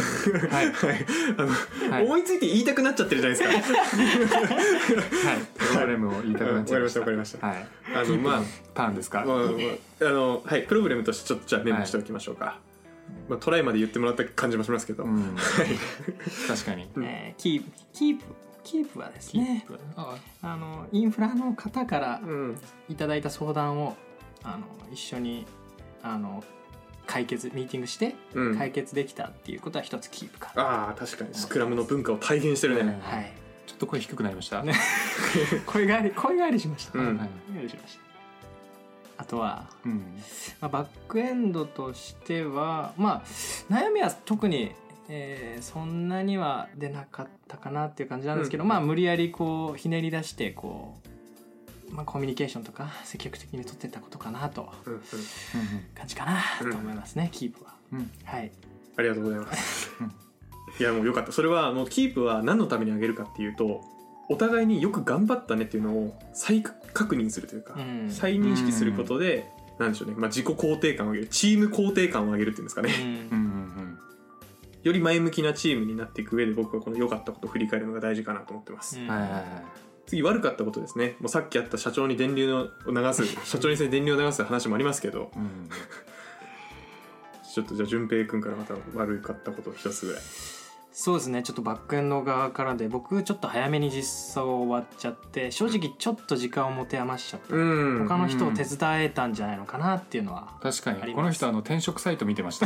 はい、思いついて言いたくなっちゃってるじゃないですか。
はい、プログラムを言いたくなっちゃいました。
わかりました。はい。
ターンですか。
はい、プログラムとしてちょっとじゃあメモしておきましょうか。トライまで言ってもらった感じもしますけど。
確かに。
キープはですね、インフラの方からいただいた相談を一緒にミーティングして解決できたっていうことは一つキープかな。
確かにスクラムの文化を体現してるね。
はい。
ちょっと声低くなりました。
声変わりしました。あとは、バックエンドとしては悩みは特にそんなには出なかったかなっていう感じなんですけど、無理やりこうひねり出してコミュニケーションとか積極的に取っていったことかなと感じかなと思いますね、キープは。はい、
ありがとうございます。いやもうよかった。それはキープは何のためにあげるかっていうと、お互いによく頑張ったねっていうのを再確認するというか、再認識することで、なんでしょうね、自己肯定感を上げる、チーム肯定感を上げるっていうんですかね。より前向きなチームになっていく上で、僕はこの良かったことを振り返るのが大事かなと思ってます。次悪かったことですね。もうさっきあった社長に電流を流す社長に電流を流す話もありますけど、ちょっとじゃあ順平君からまた悪かったこと一つぐらい。
そうですね、ちょっとバックエンド側からで、僕ちょっと早めに実装終わっちゃって、正直ちょっと時間を持て余しちゃって、他の人を手伝えたんじゃないのかなっていうのは
確かに。この人転職サイト見てました。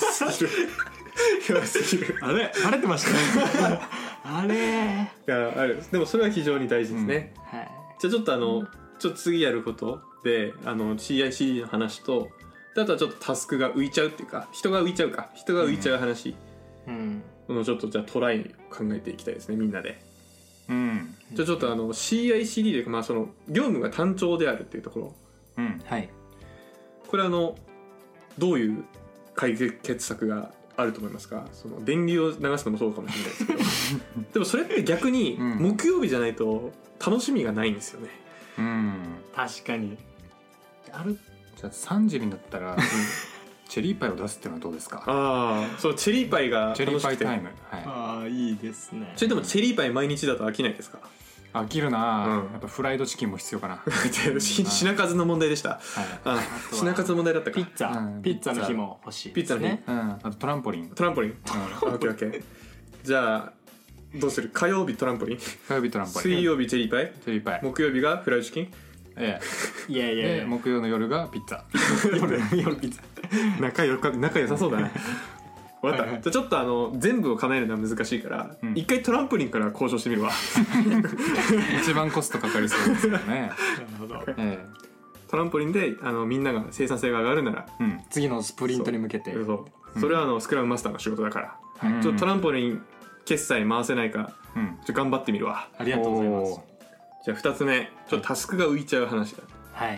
あれバレてましたね。あれ
でもそれは非常に大事ですね。じゃあちょっとちょっと次やることでCI/CD の話と、あとはちょっとタスクが浮いちゃうっていうか、人が浮いちゃう話、ちょっとじゃあトライ考えていきたいですね、みんなで。じゃあちょっとCI/CD というか、その業務が単調であるっていうところ、これどういう解決策があると思いますか？その電流を流すのもそうかもしれないですけどでもそれって逆に木曜日じゃないと楽しみがないんですよね。
確かに。
じゃあ3時になったらチェリーパイを出すっていうのはどうですか？
そうチェリーパイが楽しくて、
チェリーパイタイム、
いいですね。
それでもチェリーパイ毎日だと飽きないですか？
飽きるな、やっぱフライドチキンも必要かな。
品数の問題でした。品数の問題だったか。
ピッツァの日も欲しい。
ピッツァの日、
あとトランポリン。
オッケー。じゃあどうする？火曜日トランポリン、水曜日チェリーパイ、木曜日がフライドチキン。
いや
木曜の夜がピッツァ。
夜ピッツ
ァ。仲良さそうだね。分かった。じゃあちょっと全部を叶えるのは難しいから、一回トランポリンから交渉してみるわ。
一番コストかかりそうですよね。なる
ほど。トランポリンでみんなが生産性が上がるなら、
次のスプリントに向けて。
それはスクラムマスターの仕事だから、ちょっとトランポリン決済回せないか、ちょっと頑張ってみるわ。
ありがとうございます。
じゃあ2つ目、ちょっとタスクが浮いちゃう話だ。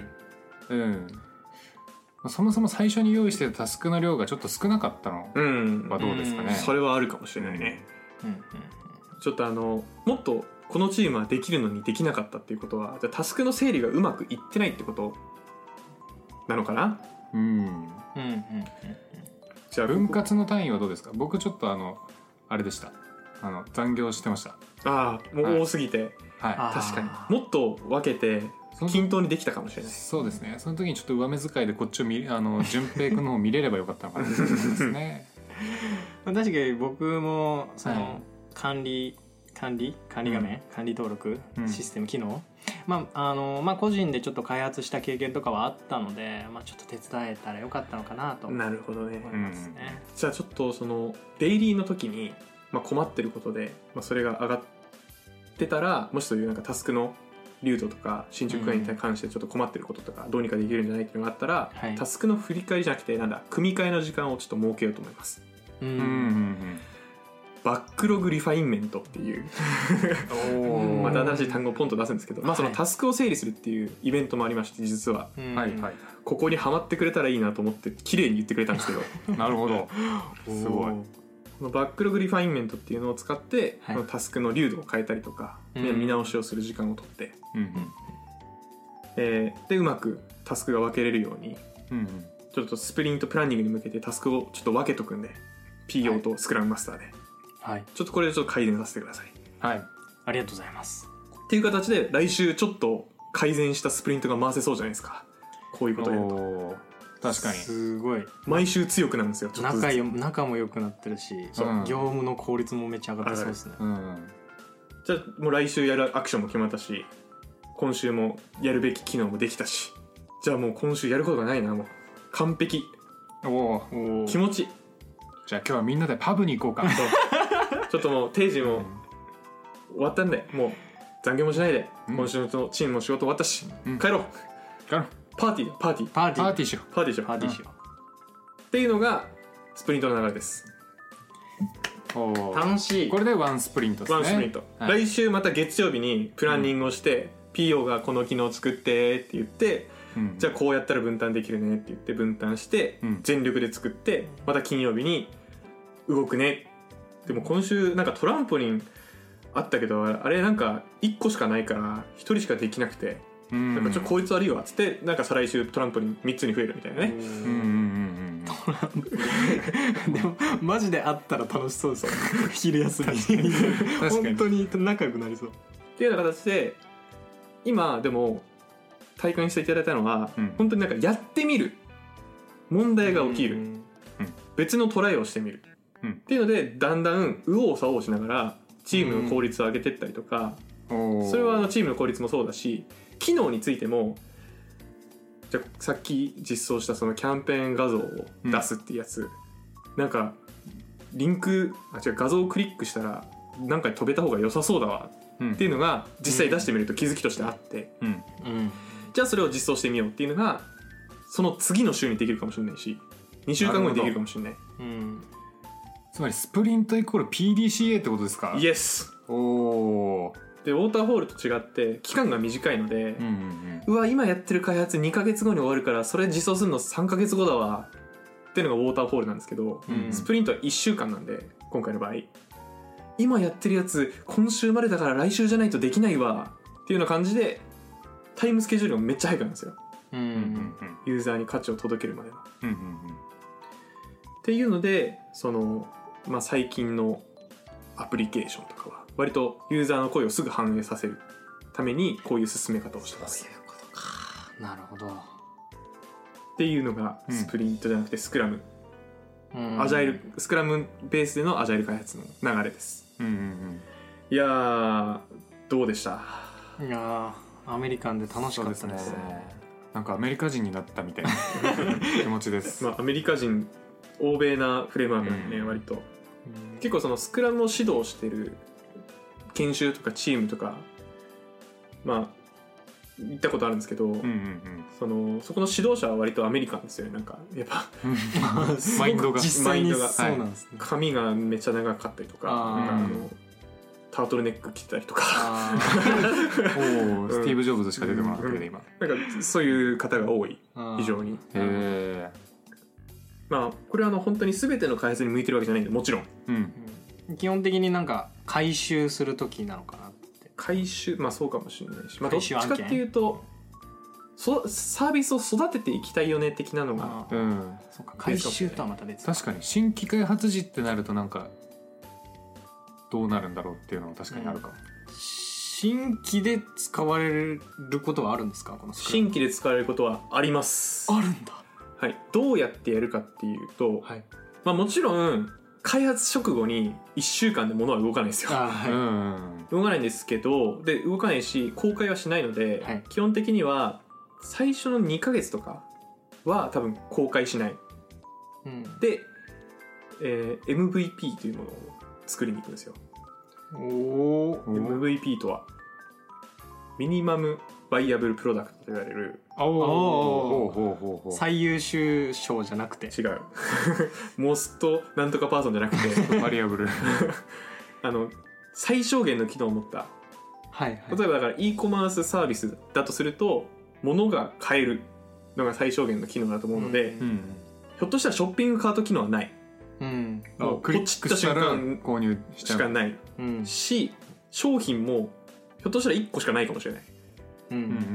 そもそも最初に用意してたタスクの量がちょっと少なかったのはどうですかね。
それはあるかもしれないね。ちょっともっとこのチームはできるのにできなかったっていうことは、じゃあタスクの整理がうまくいってないってことなのかな。
じゃあ分割の単位はどうですか？僕ちょっとあれでした。残業してました。
もう多すぎて、確かにもっと分けて均等にできたかもしれない。
そうですね。その時にちょっと上目遣いでこっちを順平君の方を見れればよかったのかなと思いますね。
確かに僕もその管理画面、管理登録、システム機能、個人でちょっと開発した経験とかはあったので、ちょっと手伝えたらよかったのかなと思いますね。
じゃあちょっとそのデイリーの時に困ってることで、それが上がってたら、もしそういうなんかタスクの流度とか進捗具合に関してちょっと困ってることとかどうにかできるんじゃないっていうのがあったら、タスクの振り返りじゃなくて組み替えの時間をちょっと設けようと思います。バックログリファインメントっていうまた新しい単語をポンと出すんですけど、そのタスクを整理するっていうイベントもありまして、実は、ここにハマってくれたらいいなと思って綺麗に言ってくれたんですけど
なるほど、
すごい。このバックログリファインメントっていうのを使って、このタスクの流度を変えたりとか、見直しをする時間をとって、 でうまくタスクが分けれるように、ちょっとスプリントプランニングに向けてタスクをちょっと分けとくんで PO とスクラムマスターで、はい、ちょっとこれでちょっと改善させてください。
はい、ありがとうございます。
っていう形で来週ちょっと改善したスプリントが回せそうじゃないですか。こういうことをやると
確かに
すごい
毎週強くなるんですよ。ちょっとずつ
仲も良くなってるし、業務の効率もめっちゃ上がってそうですね。
じゃあもう来週やるアクションも決まったし、今週もやるべき機能もできたし、じゃあもう今週やることがないな、もう完璧。お気持ち。
じゃあ今日はみんなでパブに行こうか。
ちょっともう定時も終わったんで、もう残業もしないで、今週のチームも仕事終わったし、帰ろう。パーティーしようっていうのがスプリントの流れです。
楽しい。
これでワンスプリントですね。
ワンスプリント、来週また月曜日にプランニングをして、PO がこの機能作ってって言って、じゃあこうやったら分担できるねって言って分担して、全力で作ってまた金曜日に動くね。でも今週なんかトランポリンあったけど、あれなんか1個しかないから1人しかできなくて、なんかちょっとこいつ悪いわっつって、なんか再来週トランポリン3つに増えるみたいなね。
トランポリンでもマジであったら楽しそうですよ。昼休みに本当に仲良くなりそう
っていうような形で、今でも体感していただいたのは、本当になんかやってみる、問題が起きる、別のトライをしてみる、っていうのでだんだん右往左往しながらチームの効率を上げていったりとか、それはチームの効率もそうだし、機能についても、じゃあさっき実装したそのキャンペーン画像を出すっていうやつ、なんかリンク画像をクリックしたらなんか飛べた方が良さそうだわっていうのが実際出してみると気づきとしてあって、じゃあそれを実装してみようっていうのがその次の週にできるかもしれないし、2週間後にできるかもしれない。
つまりスプリントイコール PDCA ってことですか？
イエス。でウォーターフォールと違って期間が短いので、うわ今やってる開発2ヶ月後に終わるからそれ実装するの3ヶ月後だわっていうのがウォーターフォールなんですけど、スプリントは1週間なんで、今回の場合今やってるやつ今週までだから来週じゃないとできないわっていうような感じで、タイムスケジュールがめっちゃ早くなんですよ、ユーザーに価値を届けるまでの、っていうので、その、最近のアプリケーションとかは割とユーザーの声をすぐ反映させるためにこういう進め方をしてます。
そういうことか。なるほど。
っていうのがスプリントじゃなくてスクラム、アジャイル、スクラムベースでのアジャイル開発の流れです。いやーどうでした？
いやアメリカンで楽しかったです。
なんかアメリカ人になったみたいな気持ちです。
アメリカ人、欧米なフレームワークなんでね、割と結構そのスクラムを指導してる研修とかチームとか行ったことあるんですけど、そこの指導者は割とアメリカンですよね。なんかやっぱ
マインドが
実際にそうなんですね。
髪がめっちゃ長かったりとか、なんかタートルネック着てたりとか
スティーブ・ジョブズしか出てこなかったけど今
なんかそういう方が多い、非常に。これは本当に全ての開発に向いてるわけじゃないんで、もちろん、
基本的になんか回収する時なのかなって。
回収、そうかもしれないし、どっちかっていうとサービスを育てていきたいよね的なのが、
そうか、回収とはまた別。
確かに新規開発時ってなるとなんかどうなるんだろうっていうのは確かにあるかも。
新規で使われることはあるんですか？この
新規で使われることはあります。
あるんだ。
はい、どうやってやるかっていうと、もちろん開発直後に1週間で物は動かないですよ。動かないんですけど、で動かないし公開はしないので、基本的には最初の2ヶ月とかは多分公開しない、で、MVP というものを作りに行くんですよ。MVP とはミニマムバイアブルプロダクトと言われる、
最優秀賞じゃなくて、
違うモストなんとかパーソンじゃなくて
バリアブル
最小限の機能を持った、例えばだから e コマースサービスだとすると物が買えるのが最小限の機能だと思うので、ひょっとしたらショッピングカート機能はない、もうポチった瞬間
購入
しかない、し商品もひょっとしたら1個しかないかもしれない、み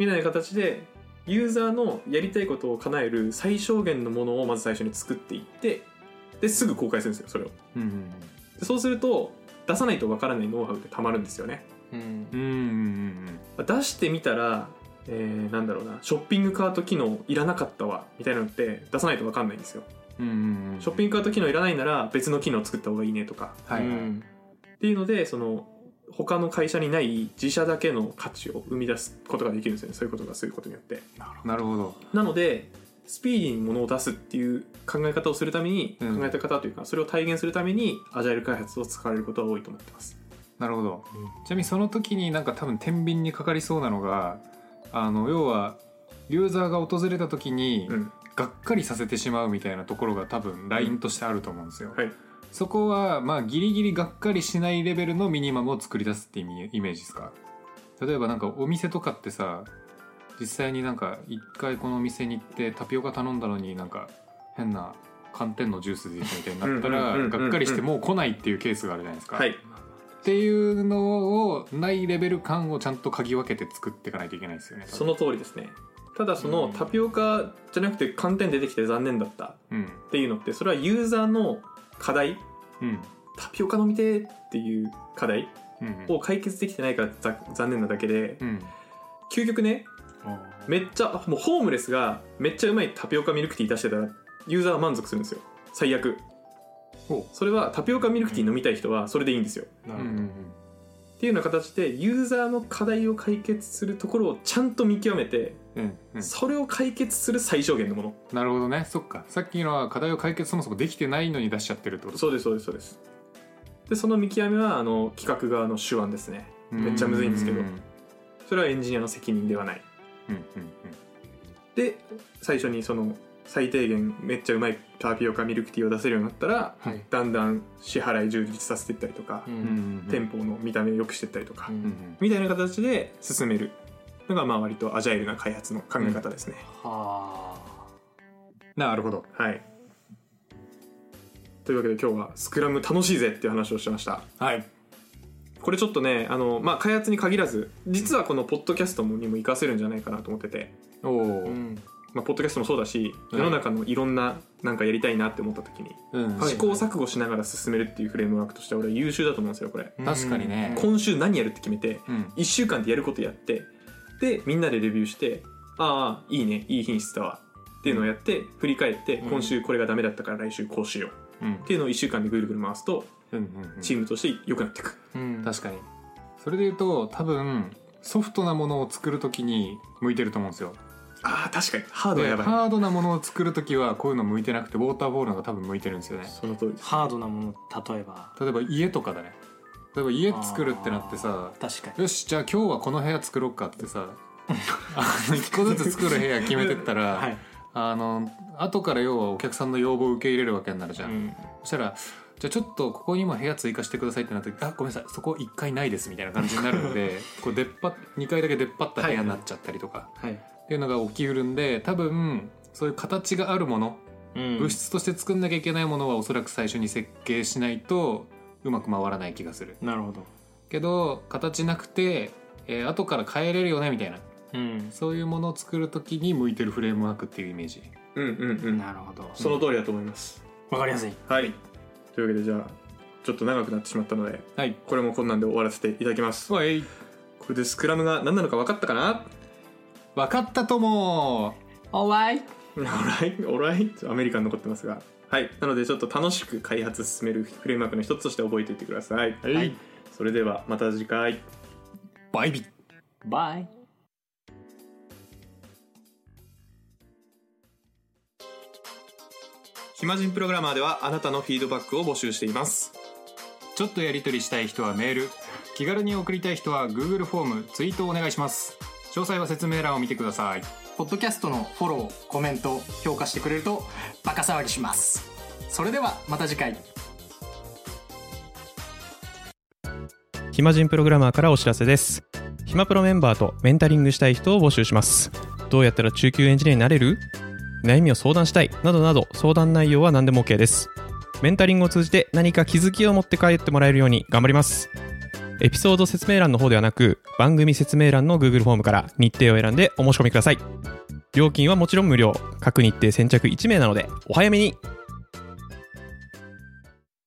みたいな形でユーザーのやりたいことを叶える最小限のものをまず最初に作っていって、ですぐ公開するんですよそれを、うんうんうん、そうすると出さないとわからないノウハウってたまるんですよね、うんうんうん、出してみたら、なんだろうな、ショッピングカート機能いらなかったわみたいなのって出さないとわかんないんですよ、うんうんうん、ショッピングカート機能いらないなら別の機能作った方がいいねとか、はいはい、っていうのでその他の会社にない自社だけの価値を生み出すことができるんですよね、そういうことがすることによって。
なるほど。
なのでスピーディーに物を出すっていう考え方をするために、考え方というかそれを体現するためにアジャイル開発を使われることが多いと思ってます。
なるほど、ちなみにその時になんか多分天秤にかかりそうなのが、要はユーザーが訪れた時にがっかりさせてしまうみたいなところが多分ラインとしてあると思うんですよ、はい、そこはまあギリギリがっかりしないレベルのミニマムを作り出すってイメージですか？例えばなんかお店とかってさ、実際になんか一回このお店に行ってタピオカ頼んだのになんか変な寒天のジュースでみたいになったらがっかりしてもう来ないっていうケースがあるじゃないですか、はい、っていうのをないレベル感をちゃんと嗅ぎ分けて作っていかないといけないですよね。
その通りですね。ただそのタピオカじゃなくて寒天出てきて残念だったっていうのってそれはユーザーの課題、うん、タピオカ飲みてっていう課題を解決できてないから残念なだけで、うん、究極ね、めっちゃもうホームレスがめっちゃうまいタピオカミルクティー出してたらユーザーは満足するんですよ。最悪それはタピオカミルクティー飲みたい人はそれでいいんですよ、うん、っていうような形でユーザーの課題を解決するところをちゃんと見極めて、うんうん、それを解決する最小限のもの。
なるほどね。そっか、さっきのは課題を解決そもそもできてないのに出しちゃってるってこと。
そうですそうですそうです。でその見極めは企画側の手腕ですね。めっちゃむずいんですけど、それはエンジニアの責任ではない、うんうんうん、で最初にその最低限めっちゃうまいタピオカミルクティーを出せるようになったら、はい、だんだん支払い充実させていったりとか、うんうんうん、店舗の見た目を良くしていったりとか、うんうん、みたいな形で進めるのがまあ割とアジャイルな開発の考え方ですね、うん、は
なるほど、
はい。というわけで今日はスクラム楽しいぜっていう話をしてました。はい。これちょっとねまあ、開発に限らず実はこのポッドキャストにも活かせるんじゃないかなと思ってて、おー、うんまあ、ポッドキャストもそうだし世の中のいろんななんかやりたいなって思った時に、試行錯誤しながら進めるっていうフレームワークとしては俺は優秀だと思うんですよこれ。
確かにね。
今週何やるって決めて、1週間でやることやってでみんなでレビューしてああいいねいい品質だわっていうのをやって振り返って今週これがダメだったから来週こうしようっていうのを1週間でぐるぐる回すとチームとして良くなっていく、
確かに。それでいうと多分ソフトなものを作るときに向いてると思うんですよ。
ああ確かにハードはやばい。
ハードなものを作るときはこういうの向いてなくてウォーターボールのが多分向いてるんですよね。
その通りです。
ハードなもの例え
ば家とかだね。例えば家作るってなってさ、
確かに
よしじゃあ今日はこの部屋作ろうかってさ1個ずつ作る部屋決めてったら、はい、後から要はお客さんの要望を受け入れるわけになるじゃん、そしたらじゃあちょっとここにも部屋追加してくださいってなってあごめんなさいそこ1階ないですみたいな感じになるんでこう2階だけ出っ張った部屋になっちゃったりとか、はいはい、っていうのが起きうるんで多分そういう形があるもの、物質として作んなきゃいけないものはおそらく最初に設計しないとうまく回らない気がする。
なるほど。
けど形なくて、後から変えれるよねみたいな、そういうものを作るときに向いてるフレームワークっていうイメージ。
なるほど。
その通りだと思います。
わかりやすい。
はい。というわけでじゃあちょっと長くなってしまったので、はい、これもこんなんで終わらせていただきます。はい。これでスクラムが何なのか分かったかな？
分かったとも。
オーライ。
オーライ。アメリカン残ってますが、はい。なのでちょっと楽しく開発進めるフレームワークの一つとして覚えておいてください。はい。はい、それではまた次回。
バイビ。
バイ。
暇人プログラマーではあなたのフィードバックを募集しています。
ちょっとやり取りしたい人はメール、気軽に送りたい人は Google フォーム、ツイートをお願いします。詳細は説明欄を見てください。
ポッドキャストのフォロー、コメント、評価してくれるとバカ騒ぎします。それではまた次回。
暇人プログラマーからお知らせです。暇プロメンバーとメンタリングしたい人を募集します。どうやったら中級エンジニアになれる？悩みを相談したいなどなど相談内容は何でも OK です。メンタリングを通じて何か気づきを持って帰ってもらえるように頑張ります。 エピソード説明欄の方ではなく、番組説明欄の Google フォームから日程を選んでお申し込みください。料金はもちろん無料、各日程先着1名なのでお早めに。